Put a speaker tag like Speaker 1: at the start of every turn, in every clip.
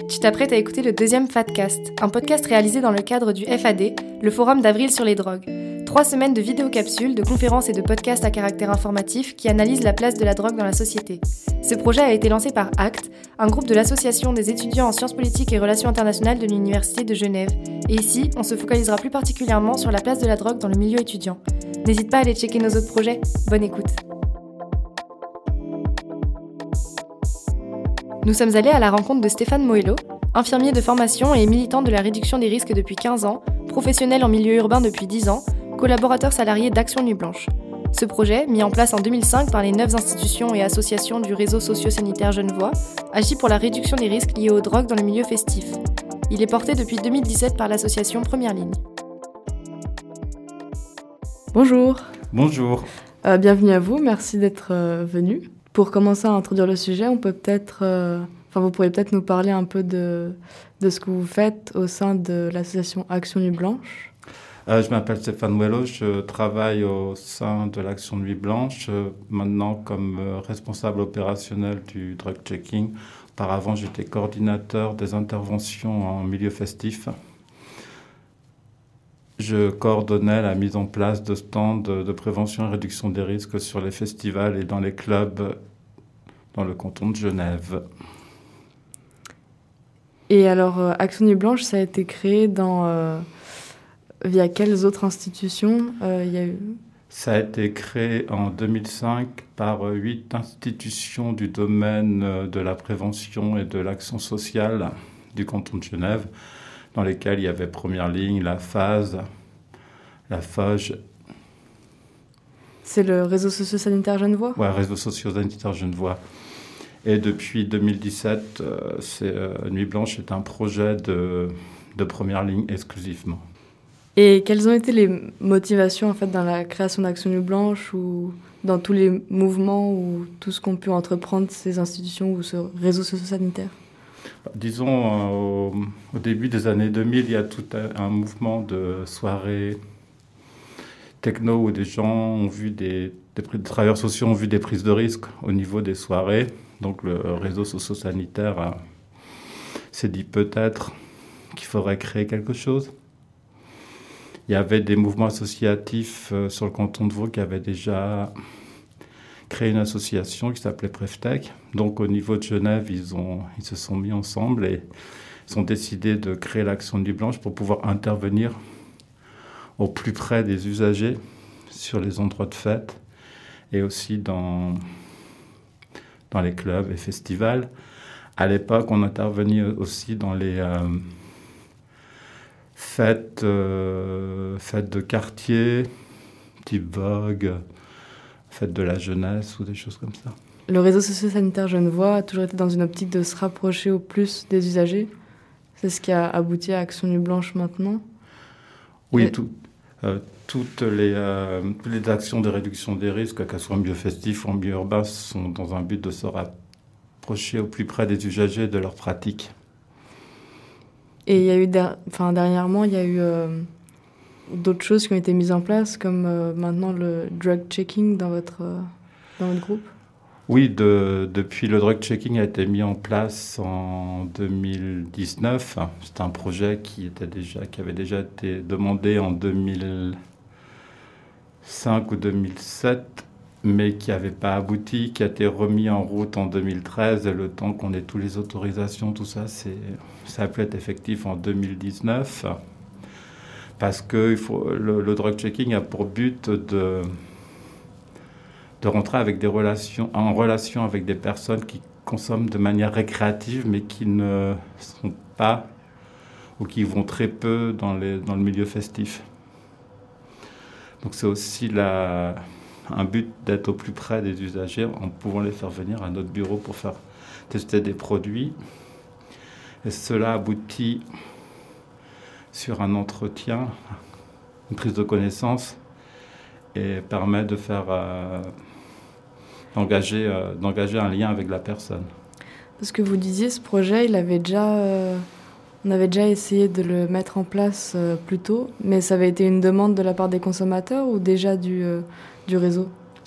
Speaker 1: Tu t'apprêtes à écouter le deuxième Fadcast, un podcast réalisé dans le cadre du FAD, le Forum d'avril sur les drogues. 3 semaines de vidéocapsules, de conférences et de podcasts à caractère informatif qui analysent la place de la drogue dans la société. Ce projet a été lancé par ACT, un groupe de l'Association des étudiants en sciences politiques et relations internationales de l'Université de Genève. Et ici, on se focalisera plus particulièrement sur la place de la drogue dans le milieu étudiant. N'hésite pas à aller checker nos autres projets. Bonne écoute. Nous sommes allés à la rencontre de Stéphane Moello, infirmier de formation et militant de la réduction des risques depuis 15 ans, professionnel en milieu urbain depuis 10 ans, collaborateur salarié d'Action Nuit Blanche. Ce projet, mis en place en 2005 par les 9 institutions et associations du réseau socio-sanitaire genevois, agit pour la réduction des risques liés aux drogues dans le milieu festif. Il est porté depuis 2017 par l'association Première Ligne.
Speaker 2: Bonjour.
Speaker 3: Bonjour.
Speaker 2: Bienvenue à vous, merci d'être venu. Pour commencer à introduire le sujet, on peut peut-être, vous pourriez peut-être nous parler un peu de ce que vous faites au sein de l'association Action Nuit Blanche.
Speaker 3: Je m'appelle Stéphane Moello, je travaille au sein de l'Action Nuit Blanche, maintenant comme responsable opérationnel du drug checking. Auparavant, j'étais coordinateur des interventions en milieu festif. Je coordonnais la mise en place de stands de prévention et réduction des risques sur les festivals et dans les clubs dans le canton de Genève.
Speaker 2: Et alors, Action Nuit Blanche, ça a été créé via quelles autres institutions il y a eu ?
Speaker 3: Ça a été créé en 2005 par 8 institutions du domaine de la prévention et de l'action sociale du canton de Genève, dans lesquelles il y avait Première Ligne, la FASE, la FOGE.
Speaker 2: C'est le réseau socio-sanitaire genevois ?
Speaker 3: Oui, réseau socio-sanitaire genevois. Et depuis 2017, Nuit Blanche est un projet de Première Ligne exclusivement.
Speaker 2: Et quelles ont été les motivations en fait, dans la création d'Action Nuit Blanche ou dans tous les mouvements ou tout ce qu'ont pu entreprendre ces institutions ou ce réseau socio-sanitaire ?
Speaker 3: Disons, au début des années 2000, il y a tout un mouvement de soirées techno où des gens ont vu des travailleurs sociaux ont vu des prises de risques au niveau des soirées. Donc le réseau socio-sanitaire s'est dit peut-être qu'il faudrait créer quelque chose. Il y avait des mouvements associatifs sur le canton de Vaud qui avaient déjà créé une association qui s'appelait Prevtech. Donc au niveau de Genève, ils se sont mis ensemble et ils ont décidé de créer l'Action Nuit Blanche pour pouvoir intervenir au plus près des usagers sur les endroits de fête et aussi dans les clubs et festivals. À l'époque, on intervenait aussi dans les fêtes de quartier, type Vogue, fête de la jeunesse ou des choses comme ça.
Speaker 2: Le réseau socio-sanitaire genevois a toujours été dans une optique de se rapprocher au plus des usagers. C'est ce qui a abouti à Action Nuit Blanche maintenant.
Speaker 3: Oui, toutes les actions de réduction des risques, qu'elles soient en milieu festif ou en milieu urbain, sont dans un but de se rapprocher au plus près des usagers de leurs pratiques.
Speaker 2: Et il y a eu dernièrement, il y a eu d'autres choses qui ont été mises en place, comme maintenant le drug checking dans votre groupe.
Speaker 3: Oui, depuis le drug checking a été mis en place en 2019. C'est un projet qui avait déjà été demandé en 2005 ou 2007, mais qui n'avait pas abouti, qui a été remis en route en 2013. Et le temps qu'on ait toutes les autorisations, tout ça, ça a pu être effectif en 2019. Parce que le drug checking a pour but de rentrer en relation avec des personnes qui consomment de manière récréative, mais qui ne sont pas ou qui vont très peu dans le milieu festif. Donc c'est aussi un but d'être au plus près des usagers en pouvant les faire venir à notre bureau pour faire tester des produits. Et cela aboutit sur un entretien, une prise de connaissance et permet de d'engager un lien avec la personne.
Speaker 2: Parce que vous disiez, ce projet, on avait déjà essayé de le mettre en place plus tôt, mais ça avait été une demande de la part des consommateurs ou déjà du réseau ?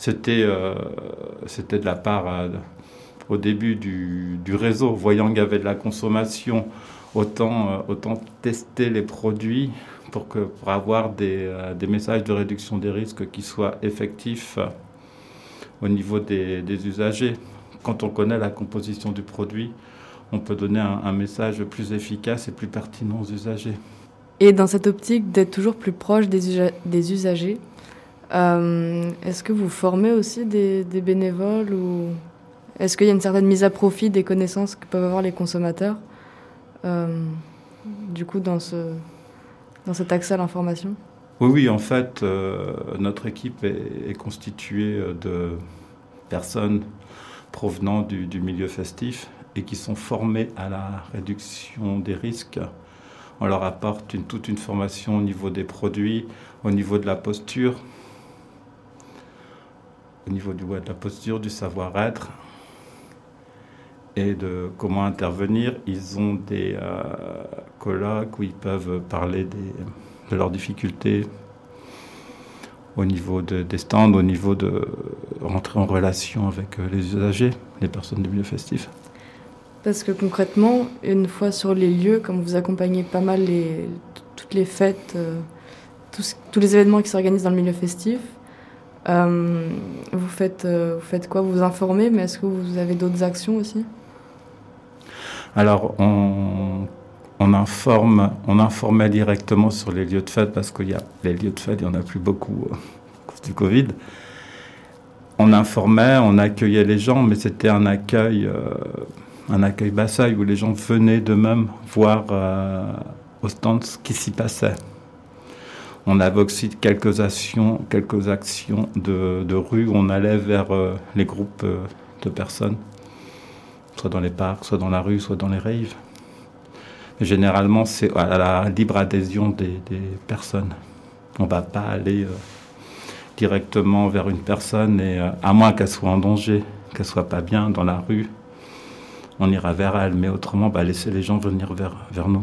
Speaker 3: C'était de la part au début du réseau, voyant qu'il y avait de la consommation, autant tester les produits pour avoir des messages de réduction des risques qui soient effectifs au niveau des usagers. Quand on connaît la composition du produit, on peut donner un message plus efficace et plus pertinent aux usagers.
Speaker 2: Et dans cette optique d'être toujours plus proche des usagers, est-ce que vous formez aussi des bénévoles ou est-ce qu'il y a une certaine mise à profit des connaissances que peuvent avoir les consommateurs du coup dans cet accès à l'information?
Speaker 3: Oui, en fait, notre équipe est constituée de personnes provenant du milieu festif et qui sont formées à la réduction des risques. On leur apporte toute une formation au niveau des produits, au niveau de la posture, au niveau de la posture, du savoir-être et de comment intervenir. Ils ont des colloques où ils peuvent parler de leurs difficultés au niveau des stands, au niveau de rentrer en relation avec les usagers, les personnes du milieu festif.
Speaker 2: Parce que concrètement, une fois sur les lieux, comme vous accompagnez pas mal toutes les fêtes, tous les événements qui s'organisent dans le milieu festif, vous faites quoi? Vous informez, mais est-ce que vous avez d'autres actions aussi?
Speaker 3: Alors, on informait directement sur les lieux de fête parce que les lieux de fête, il n'y en a plus beaucoup à cause du Covid. On informait, on accueillait les gens, mais c'était un accueil bassaille où les gens venaient d'eux-mêmes voir au stand ce qui s'y passait. On avait aussi quelques actions de rue où on allait vers les groupes de personnes, soit dans les parcs, soit dans la rue, soit dans les raves. Généralement, c'est à la libre adhésion des personnes. On ne va pas aller directement vers une personne, à moins qu'elle soit en danger, qu'elle ne soit pas bien dans la rue. On ira vers elle, mais autrement, laisser les gens venir vers nous.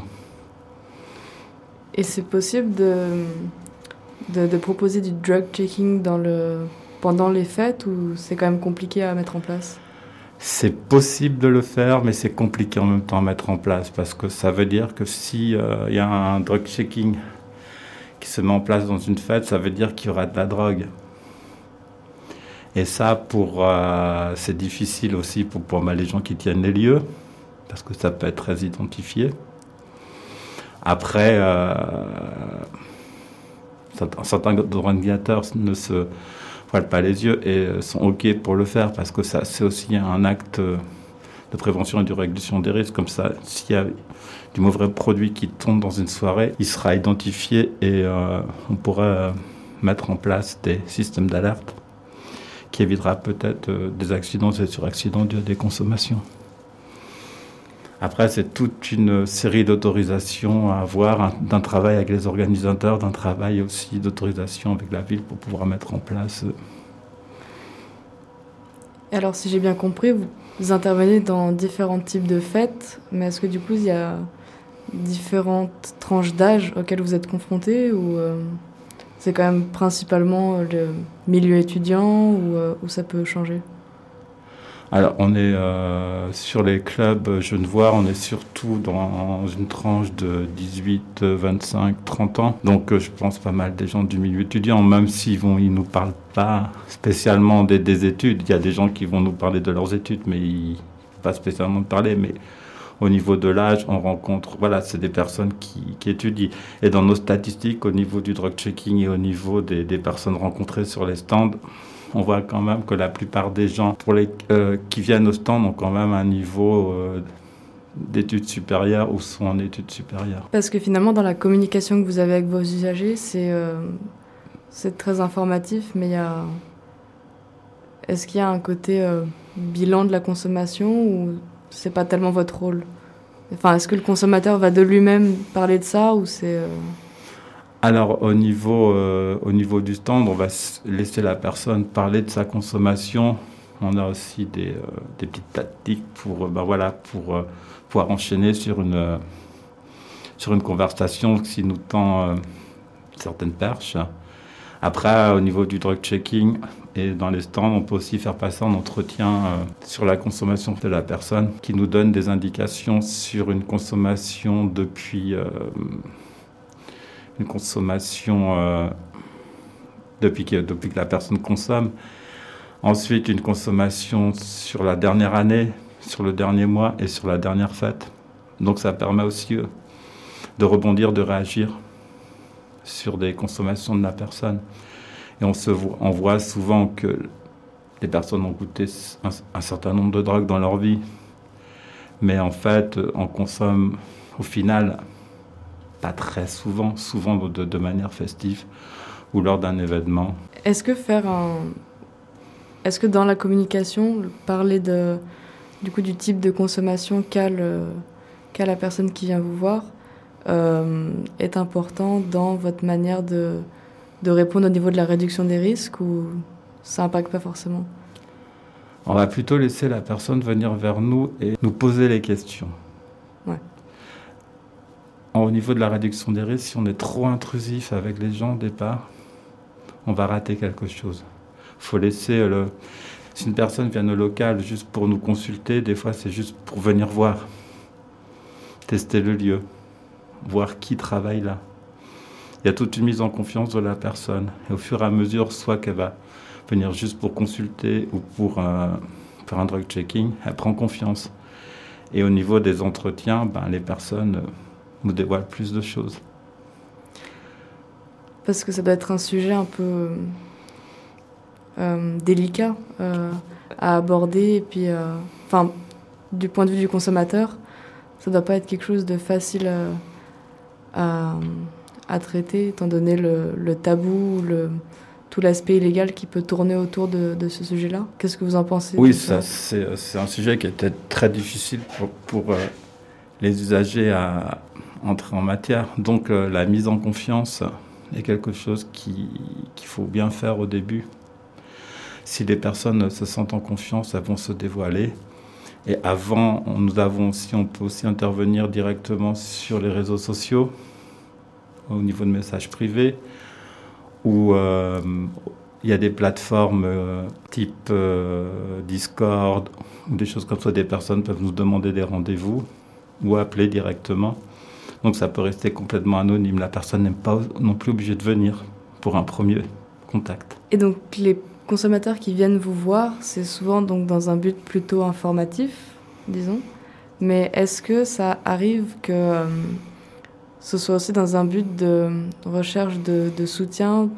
Speaker 2: Et c'est possible de proposer du drug checking pendant les fêtes ou c'est quand même compliqué à mettre en place?
Speaker 3: C'est possible de le faire, mais c'est compliqué en même temps à mettre en place parce que ça veut dire que s'il y a un drug checking qui se met en place dans une fête, ça veut dire qu'il y aura de la drogue. Et ça, c'est difficile aussi pour les gens qui tiennent les lieux, parce que ça peut être très identifié. Après, certains organisateurs ne se voilent pas les yeux et sont OK pour le faire, parce que ça, c'est aussi un acte de prévention et de réduction des risques. Comme ça, s'il y a du mauvais produit qui tombe dans une soirée, il sera identifié et on pourra mettre en place des systèmes d'alerte qui évitera peut-être des accidents et suraccidents dus à des consommations. Après, c'est toute une série d'autorisations à avoir, d'un travail avec les organisateurs, d'un travail aussi d'autorisation avec la ville pour pouvoir mettre en place.
Speaker 2: Alors, si j'ai bien compris, vous intervenez dans différents types de fêtes, mais est-ce que du coup, il y a différentes tranches d'âge auxquelles vous êtes confrontés ou c'est quand même principalement le milieu étudiant ou ça peut changer?
Speaker 3: Alors, on est sur les clubs genevois, on est surtout dans une tranche de 18, 25, 30 ans. Donc, je pense pas mal des gens du milieu étudiant, même s'ils ne nous parlent pas spécialement des études. Il y a des gens qui vont nous parler de leurs études, mais ils ne vont pas spécialement parler. Mais au niveau de l'âge, on rencontre, c'est des personnes qui étudient. Et dans nos statistiques, au niveau du drug checking et au niveau des personnes rencontrées sur les stands, on voit quand même que la plupart des gens qui viennent au stand ont quand même un niveau d'études supérieures ou sont en études supérieures.
Speaker 2: Parce que finalement, dans la communication que vous avez avec vos usagers, c'est très informatif, mais est-ce qu'il y a un côté bilan de la consommation ou c'est pas tellement votre rôle? Enfin, est-ce que le consommateur va de lui-même parler de ça ou c'est...
Speaker 3: Alors, au niveau du stand, on va laisser la personne parler de sa consommation. On a aussi des petites tactiques pour pouvoir enchaîner sur une conversation qui nous tend certaines perches. Après, au niveau du drug checking et dans les stands, on peut aussi faire passer un entretien sur la consommation de la personne qui nous donne des indications sur une consommation depuis que la personne consomme. Ensuite, une consommation sur la dernière année, sur le dernier mois et sur la dernière fête. Donc ça permet aussi de rebondir, de réagir sur des consommations de la personne. Et on voit souvent que les personnes ont goûté un certain nombre de drogues dans leur vie. Mais en fait, on consomme au final pas très souvent de manière festive ou lors d'un événement.
Speaker 2: Est-ce que dans la communication, parler du type de consommation qu'a la personne qui vient vous voir est important dans votre manière de répondre au niveau de la réduction des risques, ou ça n'impacte pas forcément?
Speaker 3: On va plutôt laisser la personne venir vers nous et nous poser les questions.
Speaker 2: Ouais.
Speaker 3: Au niveau de la réduction des risques, si on est trop intrusif avec les gens au départ, on va rater quelque chose. Il faut laisser si une personne vient au local juste pour nous consulter, des fois c'est juste pour venir voir, tester le lieu, voir qui travaille là. Il y a toute une mise en confiance de la personne. Et au fur et à mesure, soit qu'elle va venir juste pour consulter ou pour faire un drug checking, elle prend confiance. Et au niveau des entretiens, les personnes nous dévoilent plus de choses.
Speaker 2: Parce que ça doit être un sujet un peu délicat à aborder. Et puis, du point de vue du consommateur, ça ne doit pas être quelque chose de facile à traiter, étant donné le tabou, tout l'aspect illégal qui peut tourner autour de ce sujet-là. Qu'est-ce que vous en pensez?
Speaker 3: Oui, c'est un sujet qui était très difficile pour les usagers à entrer en matière. Donc la mise en confiance est quelque chose qu'il faut bien faire au début. Si les personnes se sentent en confiance, elles vont se dévoiler. Et avant, on peut aussi intervenir directement sur les réseaux sociaux, au niveau de messages privés, où il y a des plateformes type Discord, ou des choses comme ça. Des personnes peuvent nous demander des rendez-vous ou appeler directement. Donc ça peut rester complètement anonyme. La personne n'est pas non plus obligée de venir pour un premier contact.
Speaker 2: Et donc les consommateurs qui viennent vous voir, c'est souvent donc dans un but plutôt informatif, disons. Mais est-ce que ça arrive que ce soit aussi dans un but de recherche de soutien,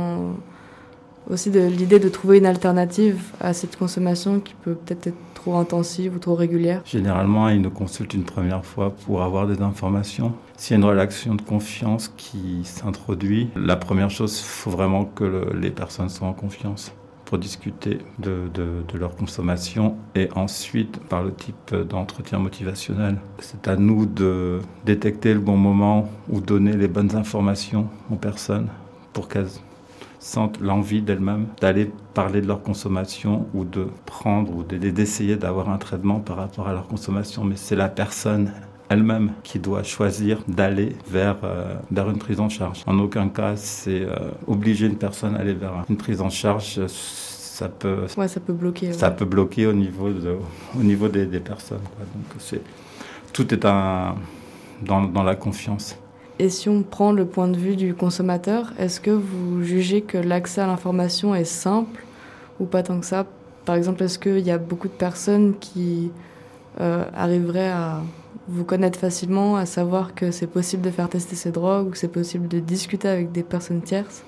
Speaker 2: aussi de l'idée de trouver une alternative à cette consommation qui peut peut-être être trop intensive ou trop régulière?
Speaker 3: Généralement, ils nous consultent une première fois pour avoir des informations. S'il y a une relation de confiance qui s'introduit, la première chose, il faut vraiment que les personnes soient en confiance pour discuter de leur consommation. Et ensuite, par le type d'entretien motivationnel, c'est à nous de détecter le bon moment ou donner les bonnes informations aux personnes pour qu'elles sentent l'envie d'elles-mêmes d'aller parler de leur consommation ou de prendre ou d'essayer d'avoir un traitement par rapport à leur consommation. Mais c'est la personne elle-même qui doit choisir d'aller vers une prise en charge. En aucun cas, c'est obliger une personne à aller vers une prise en charge. Ça peut
Speaker 2: bloquer.
Speaker 3: Ça peut bloquer au niveau des personnes, quoi. Donc tout est dans la confiance.
Speaker 2: Et si on prend le point de vue du consommateur, est-ce que vous jugez que l'accès à l'information est simple ou pas tant que ça? Par exemple, est-ce qu'il y a beaucoup de personnes qui arriveraient à vous connaître facilement, à savoir que c'est possible de faire tester ces drogues ou que c'est possible de discuter avec des personnes tierces?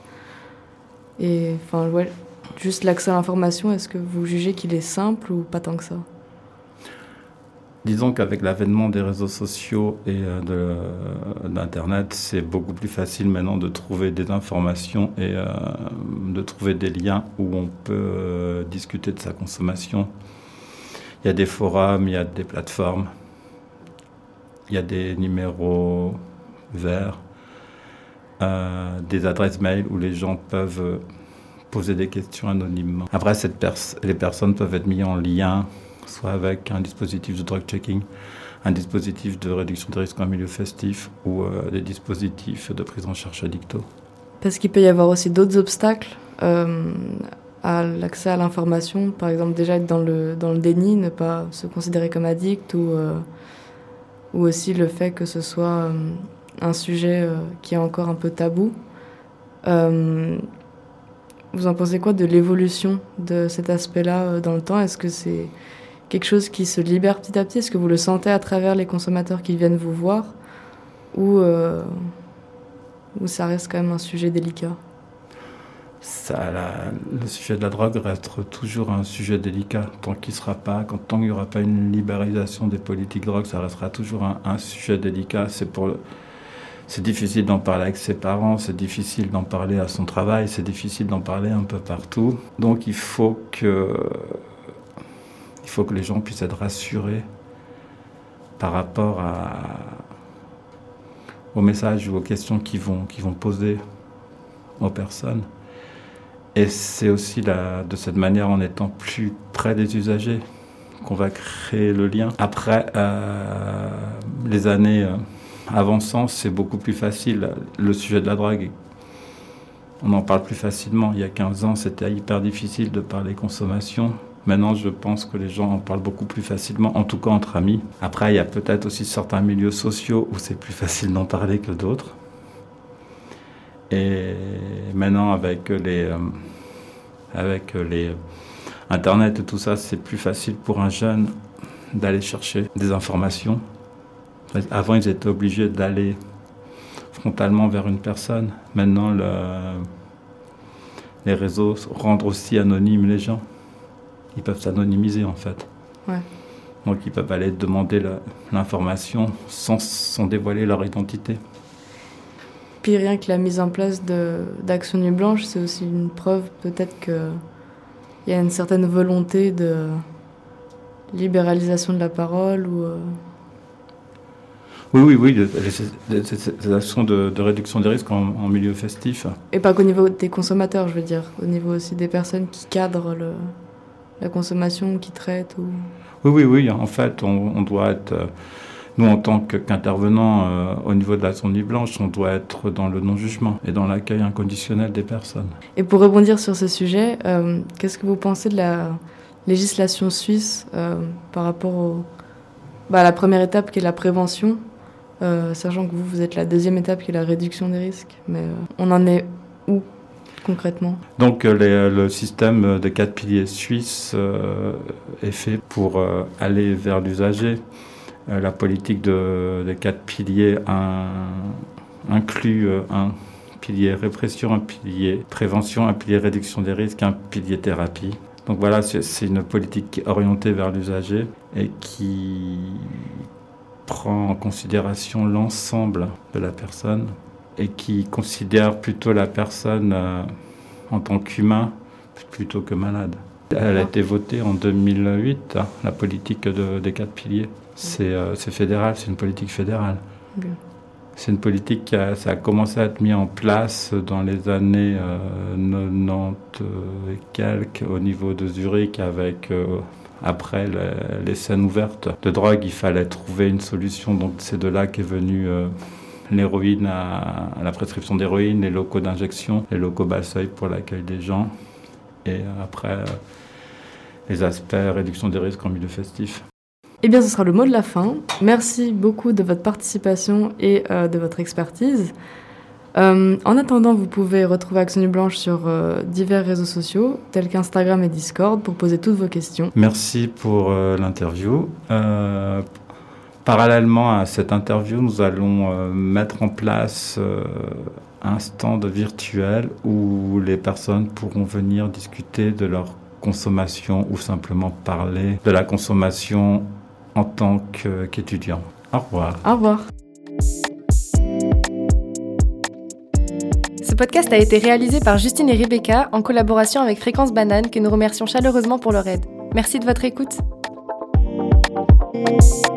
Speaker 2: Et juste l'accès à l'information, est-ce que vous jugez qu'il est simple ou pas tant que ça?
Speaker 3: Disons qu'avec l'avènement des réseaux sociaux et d'Internet, c'est beaucoup plus facile maintenant de trouver des informations et de trouver des liens où on peut discuter de sa consommation. Il y a des forums, il y a des plateformes, il y a des numéros verts, des adresses mail où les gens peuvent poser des questions anonymement. Après, les personnes peuvent être mises en lien soit avec un dispositif de drug checking, un dispositif de réduction des risques en milieu festif ou des dispositifs de prise en charge addicto.
Speaker 2: Parce qu'il peut y avoir aussi d'autres obstacles à l'accès à l'information. Par exemple, déjà être dans le déni, ne pas se considérer comme addict, ou aussi le fait que ce soit un sujet qui est encore un peu tabou. Vous en pensez quoi de l'évolution de cet aspect-là dans le temps ? Est-ce que c'est quelque chose qui se libère petit à petit ? Est-ce que vous le sentez à travers les consommateurs qui viennent vous voir ? Ou ça reste quand même un sujet délicat ?
Speaker 3: Le sujet de la drogue reste toujours un sujet délicat. Tant qu'il n'y aura pas une libéralisation des politiques de drogue, ça restera toujours un sujet délicat. C'est difficile d'en parler avec ses parents, c'est difficile d'en parler à son travail, c'est difficile d'en parler un peu partout. Donc il faut que les gens puissent être rassurés par rapport aux messages ou aux questions qu'ils vont poser aux personnes. Et c'est aussi de cette manière, en étant plus près des usagers, qu'on va créer le lien. Après, les années avançant, c'est beaucoup plus facile. Le sujet de la drogue, on en parle plus facilement. Il y a 15 ans, c'était hyper difficile de parler consommation. Maintenant, je pense que les gens en parlent beaucoup plus facilement, en tout cas entre amis. Après, il y a peut-être aussi certains milieux sociaux où c'est plus facile d'en parler que d'autres. Et maintenant, avec les Internet et tout ça, c'est plus facile pour un jeune d'aller chercher des informations. Avant, ils étaient obligés d'aller frontalement vers une personne. Maintenant, les réseaux rendent aussi anonymes les gens. Ils peuvent s'anonymiser, en fait.
Speaker 2: Ouais.
Speaker 3: Donc, ils peuvent aller demander l'information sans dévoiler leur identité.
Speaker 2: Puis rien que la mise en place d'Action Nuit Blanche, c'est aussi une preuve peut-être qu'il y a une certaine volonté de libéralisation de la parole ou...
Speaker 3: Oui, des actions de réduction des risques en milieu festif.
Speaker 2: Et pas qu'au niveau des consommateurs, je veux dire, au niveau aussi des personnes qui cadrent la consommation, qui traitent ou...
Speaker 3: Oui, en fait, on doit être... Nous, en tant qu'intervenants au niveau de l'Action Nuit Blanche, on doit être dans le non-jugement et dans l'accueil inconditionnel des personnes.
Speaker 2: Et pour rebondir sur ce sujet, qu'est-ce que vous pensez de la législation suisse par rapport à la première étape qui est la prévention, sachant que vous êtes la deuxième étape qui est la réduction des risques, mais on en est où concrètement ?
Speaker 3: Donc le système des 4 piliers suisses est fait pour aller vers l'usager. La politique des 4 piliers inclut un pilier répression, un pilier prévention, un pilier réduction des risques, un pilier thérapie. Donc voilà, c'est une politique orientée vers l'usager et qui prend en considération l'ensemble de la personne et qui considère plutôt la personne en tant qu'humain plutôt que malade. Elle a été votée en 2008, la politique des 4 piliers. C'est fédéral, c'est une politique fédérale. Bien. C'est une politique ça a commencé à être mis en place dans les années 90 et quelques au niveau de Zurich avec, après les scènes ouvertes de drogue, il fallait trouver une solution. Donc c'est de là qu'est venue l'héroïne, à la prescription d'héroïne, les locaux d'injection, les locaux bas seuil pour l'accueil des gens. Et après, les aspects réduction des risques en milieu festif.
Speaker 2: Eh bien, ce sera le mot de la fin. Merci beaucoup de votre participation et de votre expertise. En attendant, vous pouvez retrouver Action Nuit Blanche sur divers réseaux sociaux, tels qu'Instagram et Discord, pour poser toutes vos questions.
Speaker 3: Merci pour l'interview. Parallèlement à cette interview, nous allons mettre en place un stand virtuel où les personnes pourront venir discuter de leur consommation ou simplement parler de la consommation en tant qu'étudiant. Au revoir.
Speaker 2: Au revoir.
Speaker 1: Ce podcast a été réalisé par Justine et Rebecca en collaboration avec Fréquence Banane que nous remercions chaleureusement pour leur aide. Merci de votre écoute.